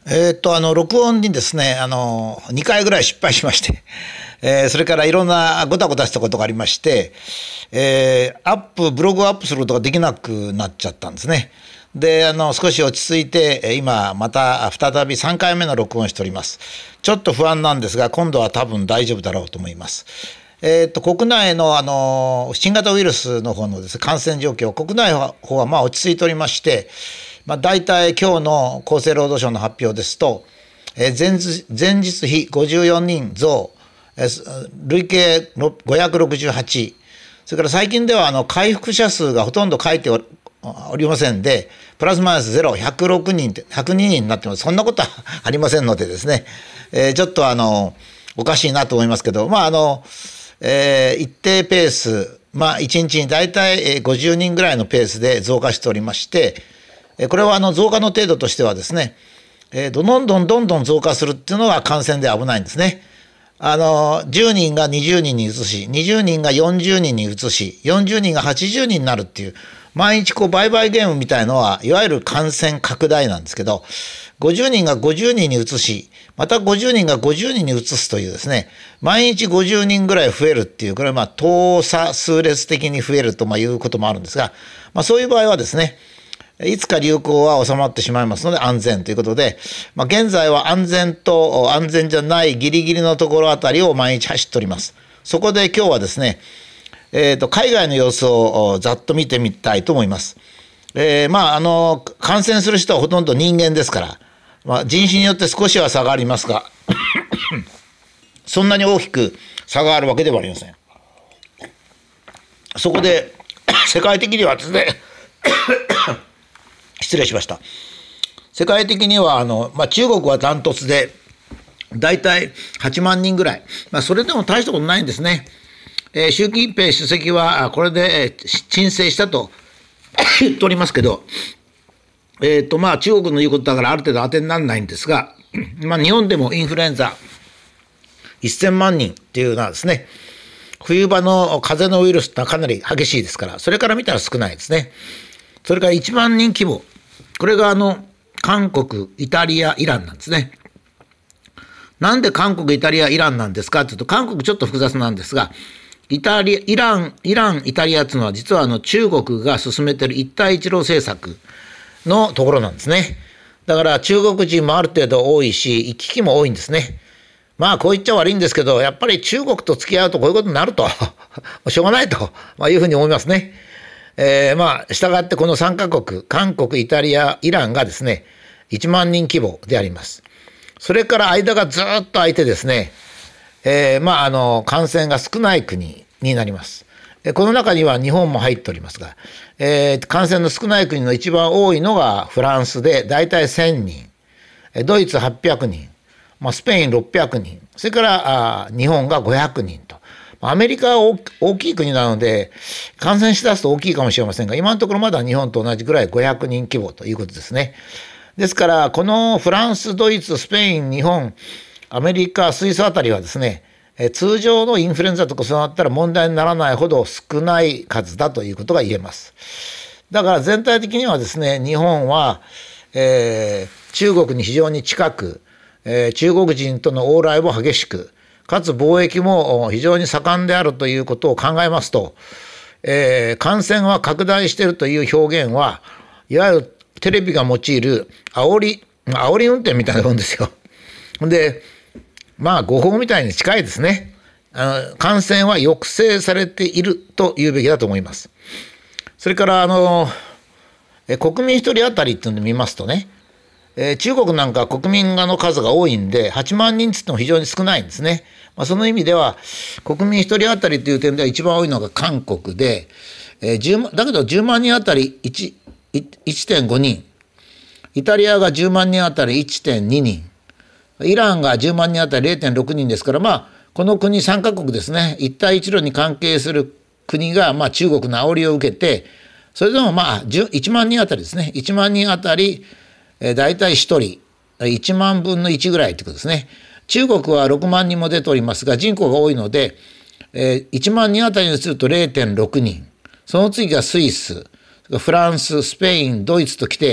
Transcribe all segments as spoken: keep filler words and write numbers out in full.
えーっと、あの、録音にですね、あの、にかいぐらい失敗しまして、えーそれからいろんなごたごたしたことがありまして、えーアップ、ブログをアップすることができなくなっちゃったんですね。で、あの、少し落ち着いて、えー今、また再びさんかいめの録音をしております。ちょっと不安なんですが、今度は多分大丈夫だろうと思います。えーっと、国内の、あの、新型ウイルスの方のですね、感染状況、国内の方はまあ落ち着いておりまして、まあ、大体今日の厚生労働省の発表ですと、えー前日前日比ごじゅうよにん増、えー累計ごひゃくろくじゅうはち、それから最近ではあの回復者数がほとんど書いておおりませんで、プラスマイナスゼロ、ひゃくろくにん、ひゃくににんになってます。そんなことはありませんのでですね、えーちょっとあの、おかしいなと思いますけど、まああの、えー一定ペース、まあいちにちに大体ごじゅうにんぐらいのペースで増加しておりまして、これはあの増加の程度としてはですね、えー、どんどんどんどん増加するっていうのが感染で危ないんですね。あの、じゅうにんがにじゅうにんに移し、にじゅうにんがよんじゅうにんに移し、よんじゅうにんがはちじゅうにんになるっていう、毎日こう売買ゲームみたいのは、いわゆる感染拡大なんですけど、ごじゅうにんがごじゅうにんに移し、またごじゅうにんがごじゅうにんに移すというですね、毎日ごじゅうにんぐらい増えるっていう、これはまあ、等差数列的に増えるとまあいうこともあるんですが、まあそういう場合はですね、いつか流行は収まってしまいますので安全ということで、まあ、現在は安全と安全じゃないギリギリのところあたりを毎日走っております。そこで今日はですね、えーと、海外の様子をざっと見てみたいと思います。えー、まあ、あの、感染する人はほとんど人間ですから、まあ、人種によって少しは差がありますが、そんなに大きく差があるわけではありません。そこで、世界的にはですね、失礼しました。世界的にはあの、まあ、中国はダントツで大体はちまんにんぐらい、まあ、それでも大したことないんですね。えー、習近平主席はこれで鎮静したと言っておりますけど、えーとまあ、中国の言うことだからある程度当てにならないんですが、まあ、日本でもインフルエンザせんまんにんっていうのはですね、冬場の風邪のウイルスってかなり激しいですから、それから見たら少ないですね。それからいちまんにん規模。これがあの、韓国、イタリア、イランなんですね。なんで韓国、イタリア、イランなんですかというと、韓国ちょっと複雑なんですが、イタリア、イラン、イラン、イタリアというのは実はあの中国が進めている一帯一路政策のところなんですね。だから中国人もある程度多いし、行き来も多いんですね。まあこう言っちゃ悪いんですけど、やっぱり中国と付き合うとこういうことになると、しょうがないと、まあ、いうふうに思いますね。えー、まあ、したがってこのさんかこく、韓国、イタリア、イランがですね、いちまんにん規模であります。それから間がずっと空いてですね、えー、まあ、あの、感染が少ない国になります。この中には日本も入っておりますが、えー、感染の少ない国の一番多いのがフランスでだいたいせんにん、ドイツはっぴゃくにん、まあ、スペインろっぴゃくにん、それからあ日本がごひゃくにんと。アメリカは大きい国なので、感染しだすと大きいかもしれませんが、今のところまだ日本と同じぐらいごひゃくにん規模ということですね。ですから、このフランス、ドイツ、スペイン、日本、アメリカ、スイスあたりはですね、通常のインフルエンザとかそうなったら問題にならないほど少ない数だということが言えます。だから全体的にはですね、日本は、えー、中国に非常に近く、えー、中国人との往来も激しく、かつ貿易も非常に盛んであるということを考えますと、えー、感染は拡大しているという表現は、いわゆるテレビが用いる煽り、煽り運転みたいなもんですよ。で、まあ誤報みたいに近いですね。あの感染は抑制されていると言うべきだと思います。それからあの国民一人当たりっていうのを見ますとね、えー、中国なんか国民の数が多いんではちまんにんつっても非常に少ないんですね。まあ、その意味では国民一人当たりという点では一番多いのが韓国で、えー、じゅうだけどじゅうまんにんあたり いってんごにん、イタリアがじゅうまんにんあたり いってんににん、イランがじゅうまんにんあたり れいてんろくにんですから、まあこの国さんかこくですね、一帯一路に関係する国がまあ中国の煽りを受けて、それでもまあいちまんにんあたりですね、いちまんにんあたりえー、大体ひとりいちまんぶんのいちぐらいということですね。中国はろくまんにんも出ておりますが、人口が多いので、えー、いちまんにんあたりにすると れいてんろくにん、その次がスイス、フランス、スペイン、ドイツときて、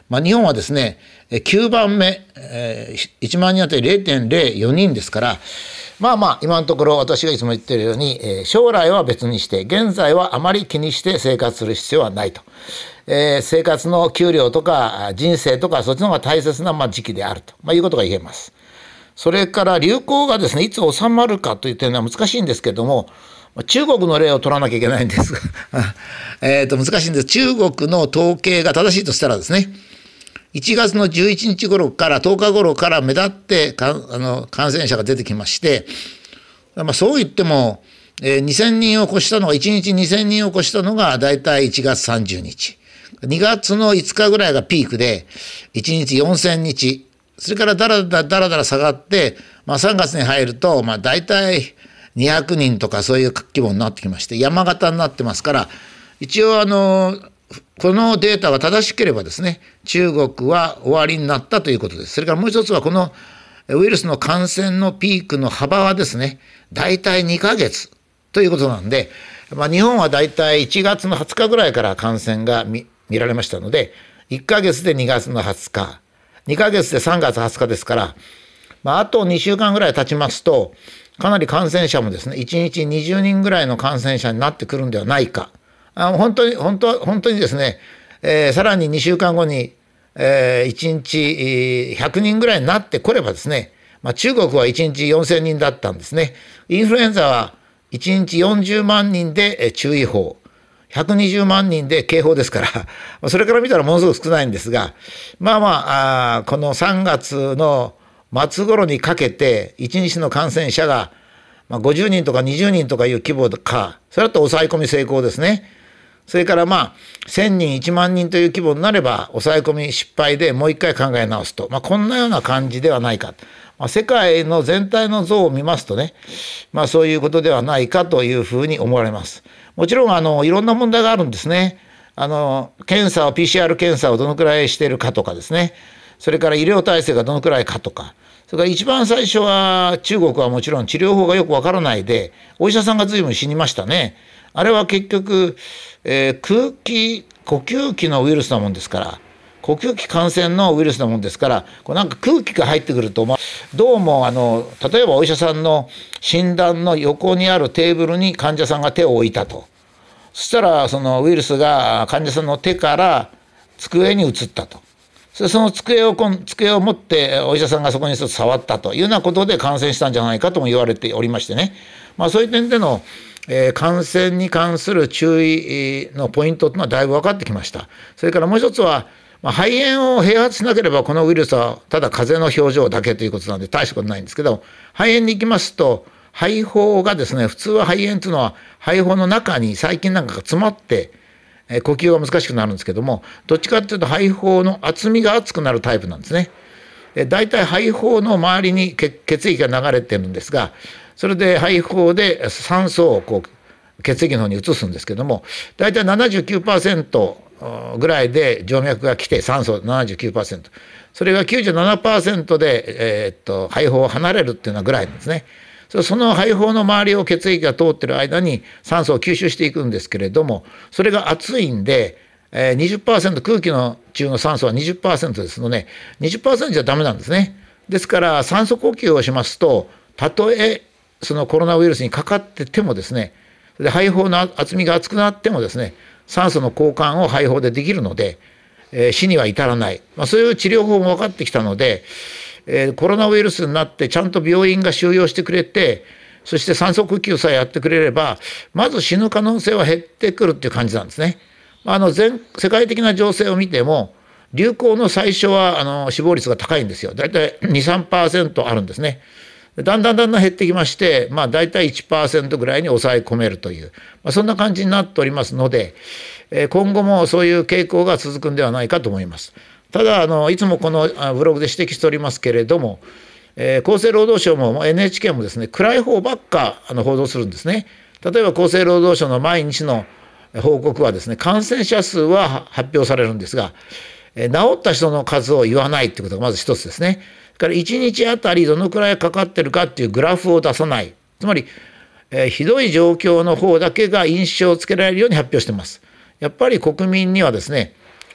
まあ、日本はですねきゅうばんめ、えー、いちまんにんあたり ゼロてんゼロよにんですから、まあまあ今のところ私がいつも言っているように、えー、将来は別にして現在はあまり気にして生活する必要はないと、えー、生活の給料とか人生とかそっちの方が大切な、まあ、時期であると、まあ、いうことが言えます。それから流行がですねいつ収まるかという点は難しいんですけれども、中国の例を取らなきゃいけないんですがえーと難しいんです。中国の統計が正しいとしたらですね、いちがつのじゅういちにち頃からとおか頃から目立ってかあの感染者が出てきまして、まあ、そう言っても、えー、にせんにんを超したのがいちにちにせんにんを超したのがだいたいいちがつさんじゅうにち、にがつのいつかぐらいがピークでいちにちよんせんにち、それからだらだらだらだら下がって、まあ、さんがつに入ると、まあ、だいたいにひゃくにんとかそういう規模になってきまして山形になってますから、一応あのこのデータが正しければですね中国は終わりになったということです。それからもう一つはこのウイルスの感染のピークの幅はですねだいたいにかげつということなんで、まあ、日本はだいたいいちがつのはつかぐらいから感染が 見, 見られましたので、いっかげつでにがつのはつか、にかげつでさんがつはつかですから、まあ、あとにしゅうかんぐらい経ちますとかなり感染者もですねいちにちにじゅうにんぐらいの感染者になってくるんではないか。あ本当に本当は本当にですね、えー、さらににしゅうかんごに、えー、いちにちひゃくにんぐらいになってこればですね、まあ、中国はいちにちよんせんにんだったんですね。インフルエンザはいちにちよんじゅうまんにんで注意報、ひゃくにじゅうまんにんで警報ですからそれから見たらものすごく少ないんですが、まあまあ、あこのさんがつの末頃にかけていちにちの感染者がごじゅうにんとかにじゅうにんとかいう規模か、それだと抑え込み成功ですね。それからまあせんにんいちまんにんという規模になれば抑え込み失敗でもう一回考え直すと、まあ、こんなような感じではないか、まあ、世界の全体の像を見ますとね、まあ、そういうことではないかというふうに思われます。もちろんあのいろんな問題があるんですね。あの検査を ピーシーアール 検査をどのくらいしているかとかですね、それから医療体制がどのくらいかとか、それから一番最初は中国はもちろん治療法がよくわからないでお医者さんが随分死にましたね。あれは結局、えー、空気呼吸器のウイルスなもんですから、呼吸器感染のウイルスなもんですから、こうなんか空気が入ってくると、まあ、どうもあの例えばお医者さんの診断の横にあるテーブルに患者さんが手を置いたと、そしたらそのウイルスが患者さんの手から机に移ったと。その机を机を持ってお医者さんがそこに触ったというようなことで感染したんじゃないかとも言われておりましてね、まあ、そういう点での、えー、感染に関する注意のポイントというのはだいぶ分かってきました。それからもう一つは、まあ、肺炎を併発しなければこのウイルスはただ風邪の表情だけということなんで大したことないんですけど、肺炎に行きますと肺胞がですね、普通は肺炎というのは肺胞の中に細菌なんかが詰まって呼吸が難しくなるんですけども、どっちかというと肺胞の厚みが厚くなるタイプなんですね。だいたい肺胞の周りに血液が流れてるんですが、それで肺胞で酸素をこう血液の方に移すんですけども、だいたい ななじゅうきゅうパーセント ぐらいで静脈が来て酸素 ななじゅうきゅうパーセント、 それが きゅうじゅうななパーセント で、えー、っと肺胞を離れるっていうようなぐらいなんですね。その肺胞の周りを血液が通ってる間に酸素を吸収していくんですけれども、それが熱いんで にじゅっパーセント、 空気の中の酸素は にじゅっパーセント ですので にじゅっパーセント じゃダメなんですね。ですから酸素呼吸をしますと、たとえそのコロナウイルスにかかっててもですね、で肺胞の厚みが厚くなってもですね、酸素の交換を肺胞でできるので、えー、死には至らない、まあ、そういう治療法も分かってきたので、えー、コロナウイルスになってちゃんと病院が収容してくれて、そして酸素呼吸さえやってくれればまず死ぬ可能性は減ってくるっていう感じなんですね。あの全世界的な情勢を見ても流行の最初はあの死亡率が高いんですよ。だいたい にじゅうさんパーセント あるんですね。だんだんだんだん減ってきまして、まあ、だいたい いちパーセント ぐらいに抑え込めるという、まあ、そんな感じになっておりますので、えー、今後もそういう傾向が続くんではないかと思います。ただあのいつもこのブログで指摘しておりますけれども、えー、厚生労働省も エヌエイチケー もですね、暗い方ばっかあの報道するんですね。例えば厚生労働省の毎日の報告はですね、感染者数は発表されるんですが、えー、治った人の数を言わないということがまず一つですね。それからいちにちあたりどのくらいかかってるかっていうグラフを出さない。つまり、えー、ひどい状況の方だけが印象をつけられるように発表しています。やっぱり国民にはですね、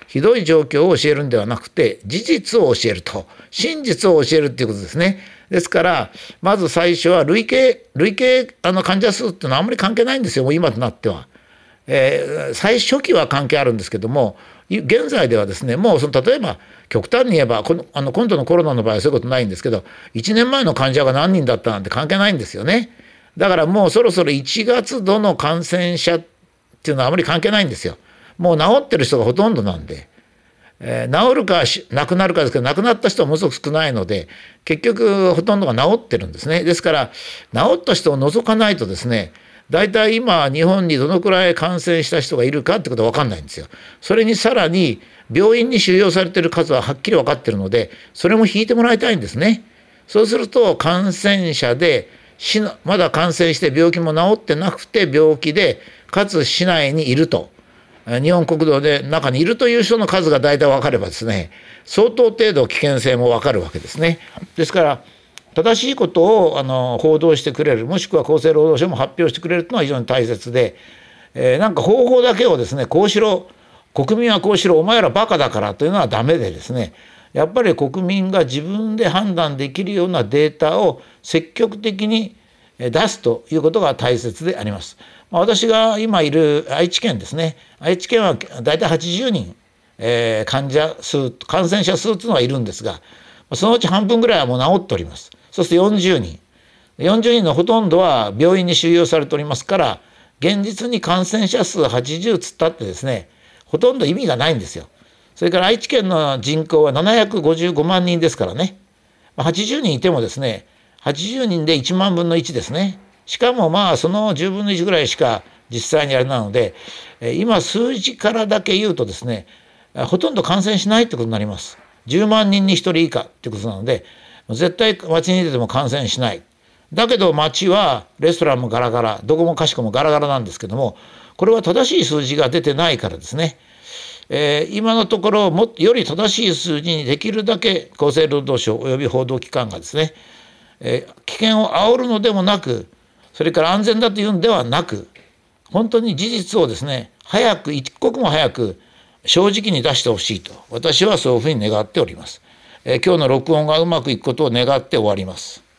ひどい状況を教えるんではなくて、事実を教えると、真実を教えるっていうことですね。ですからまず最初は累計累計あの患者数っていうのはあんまり関係ないんですよ、もう今となっては。えー、最初期は関係あるんですけども、現在ではですね、もうその例えば極端に言えばこのあの今度のコロナの場合はそういうことないんですけど、いちねんまえの患者が何人だったなんて関係ないんですよね。だからもうそろそろいちがつ度の感染者っていうのはあまり関係ないんですよ。もう治ってる人がほとんどなんで、えー、治るか亡くなるかですけど、亡くなった人はものすごく少ないので、結局ほとんどが治ってるんですね。ですから治った人を除かないとですね、大体今日本にどのくらい感染した人がいるかってことは分かんないんですよ。それにさらに病院に収容されている数ははっきり分かっているので、それも引いてもらいたいんですね。そうすると感染者で死のまだ感染して病気も治ってなくて病気でかつ市内にいると、日本国土で中にいるという人の数が大体分かればですね、相当程度危険性も分かるわけですね。ですから正しいことをあの報道してくれる、もしくは厚生労働省も発表してくれるというのは非常に大切で、えー、なんか方法だけをですね、こうしろ、国民はこうしろ、お前らバカだからというのはダメでですね、やっぱり国民が自分で判断できるようなデータを積極的に出すということが大切であります。まあ、私が今いる愛知県ですね、愛知県はだいたいはちじゅうにん、えー、患者数感染者数というのがいるんですが、そのうち半分ぐらいはもう治っております。そうするとよんじゅうにんよんじゅうにんのほとんどは病院に収容されておりますから、現実に感染者数はちじゅうつったってですね、ほとんど意味がないんですよ。それから愛知県の人口はななひゃくごじゅうごまんにんですからね、はちじゅうにんいてもですね、はちじゅうにんでいちまんぶんのいちですね。しかもまあそのじゅうぶんのいちぐらいしか実際にあれなので、今数字からだけ言うとですね、ほとんど感染しないってことになります。じゅうまんにんにひとり以下ってことなので、絶対街に出ても感染しない。だけど街はレストランもガラガラ、どこもかしこもガラガラなんですけども、これは正しい数字が出てないからですね、えー、今のところもより正しい数字にできるだけ厚生労働省および報道機関がですね、えー、危険を煽るのでもなく、それから安全だというんではなく、本当に事実をですね、早く一刻も早く正直に出してほしいと、私はそういうふうに願っております。えー、今日の録音がうまくいくことを願って終わります。